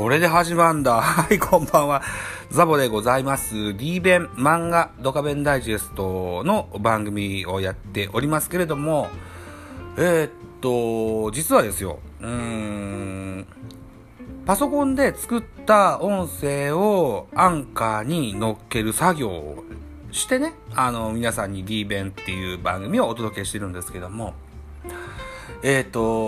これで始まんだ。はい、こんばんは。ザボでございます。D 弁漫画ドカベンダイジェストの番組をやっておりますけれども、実はですよ、パソコンで作った音声をアンカーに乗っける作業をしてね、皆さんに D 弁っていう番組をお届けしてるんですけども、今年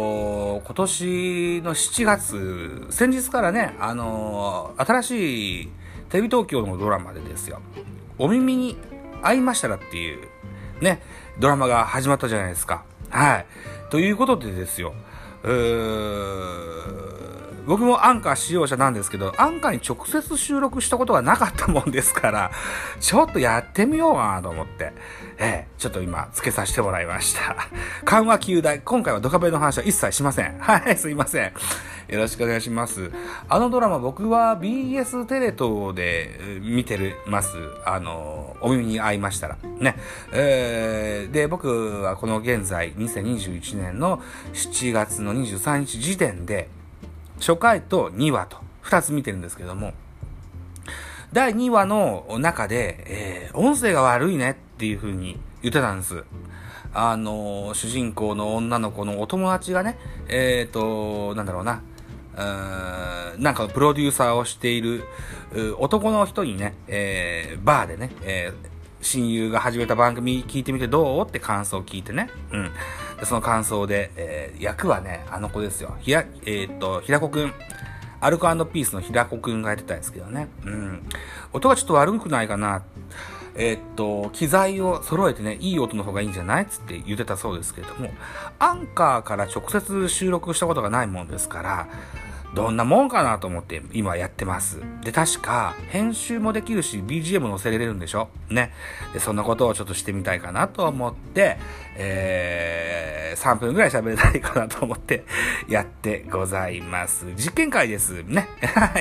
の7月、先日からね、新しいテレビ東京のドラマでですよ、お耳に合いましたらっていうね、ドラマが始まったじゃないですか。はい。ということでですよ、僕もアンカー使用者なんですけど、アンカーに直接収録したことがなかったもんですから、ちょっとやってみようかなと思って、ちょっと今、つけさせてもらいました。緩和9大。今回はドカベンの話は一切しません。はい、すいません。よろしくお願いします。あのドラマ、僕は BS テレ東で見てます。お耳に合いましたら。ね。で、僕はこの現在、2021年の7月の23日時点で、初回と2話と2つ見てるんですけども、第2話の中で、音声が悪いねっていう風に言ってたんです。主人公の女の子のお友達がね、なんかプロデューサーをしている男の人にね、バーでね、親友が始めた番組聞いてみてどうって感想を聞いてね。でその感想で、役はね、あの子ですよ。平子くん。アルコ&ピースの平子くんがやってたんですけどね。音がちょっと悪くないかな。機材を揃えてね、いい音の方がいいんじゃないつって言ってたそうですけれども、アンカーから直接収録したことがないもんですから、どんなもんかなと思って今やってます。で、確か編集もできるし BGM 載せれるんでしょね。で、そんなことをちょっとしてみたいかなと思って、3分ぐらい喋れたらいいかなと思ってやってございます。実験会ですね。はい。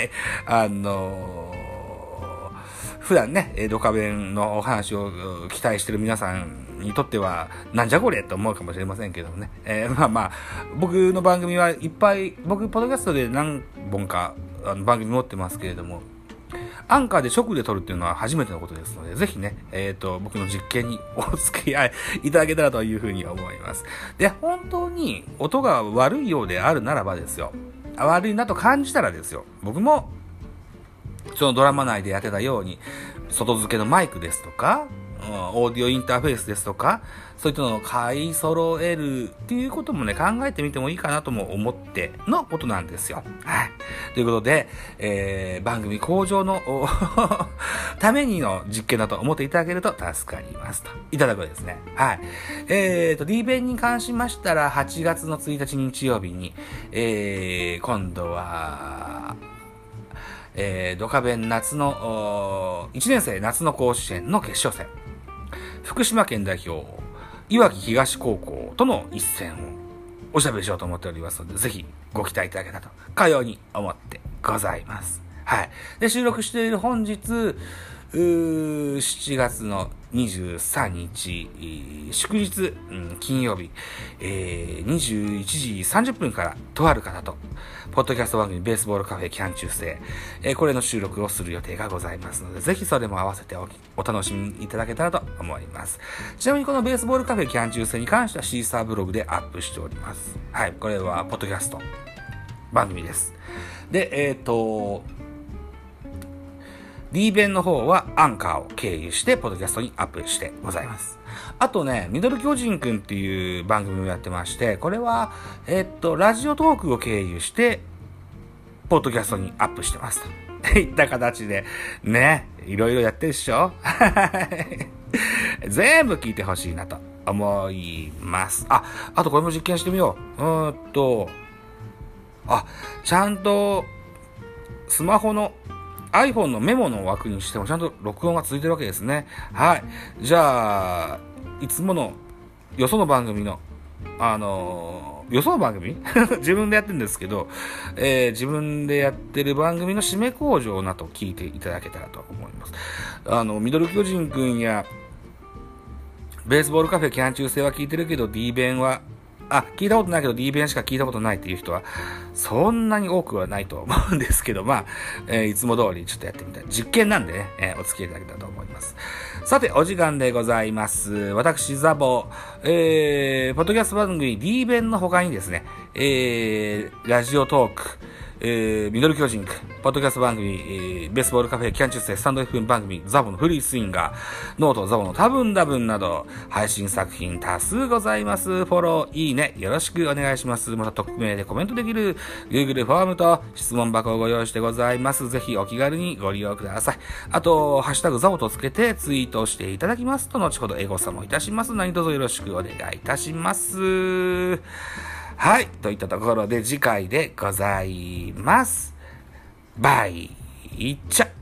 普段ね、ドカベンのお話を期待してる皆さんにとっては、なんじゃこれと思うかもしれませんけどもね。僕の番組はいっぱい、僕、ポッドキャストで何本か番組持ってますけれども、アンカーで直で撮るっていうのは初めてのことですので、ぜひね、僕の実験にお付き合いいただけたらというふうに思います。で、本当に音が悪いようであるならばですよ。悪いなと感じたらですよ。僕も、そのドラマ内でやってたように、外付けのマイクですとか、オーディオインターフェースですとか、そういったのを買い揃えるっていうこともね、考えてみてもいいかなとも思ってのことなんですよ。はい。ということで、番組向上のためにの実験だと思っていただけると助かりますと。いただくですね。はい。D 弁に関しましたら、8月の1日日曜日に、今度は、ドカベン夏の1年生夏の甲子園の決勝戦、福島県代表いわき東高校との一戦をおしゃべりしようと思っておりますので、ぜひご期待いただけたらとかように思ってございます。はい。で、収録している本日7月の23日、祝日、金曜日、21時30分からとある方と、ポッドキャスト番組ベースボールカフェキャン中世、これの収録をする予定がございますので、ぜひそれも合わせてお楽しみいただけたらと思います。ちなみにこのベースボールカフェキャン中世に関してはシーサーブログでアップしております。はい、これはポッドキャスト番組です。で、D 弁の方はアンカーを経由してポッドキャストにアップしてございます。あとね、ミドル巨人くんっていう番組をやってまして、これはラジオトークを経由してポッドキャストにアップしてますといった形でね、いろいろやってるっしょ全部聞いてほしいなと思います。あとこれも実験してみよう。ちゃんとスマホのiPhone のメモの枠にしてもちゃんと録音が続いてるわけですね。はい。じゃあ、いつものよその番組の、よその番組自分でやってるんですけど、自分でやってる番組の締め工場など聞いていただけたらと思います。ミドル巨人くんや、ベースボールカフェキャン中世は聞いてるけど、D 弁は聞いたことないけど D 弁しか聞いたことないっていう人は、そんなに多くはないと思うんですけど、いつも通りちょっとやってみたい。実験なんでね、お付き合いいただけたらと思います。さて、お時間でございます。私、ザボ、ポッドキャスト番組 D 弁の他にですね、ラジオトーク、ミドル巨人く、ポッドキャスト番組、ベースボールカフェ、キャンチュッセ、スタンド FM 番組、ザボのフリースインガー、ノートザボの多分多分など、配信作品多数ございます。フォロー、いいね、よろしくお願いします。また匿名でコメントできる Google フォームと質問箱をご用意してございます。ぜひお気軽にご利用ください。あと、ハッシュタグザボとつけてツイートしていただきますと、後ほどエゴサもいたします。何卒よろしくお願いいたします。はい。といったところで次回でございます。バイチャ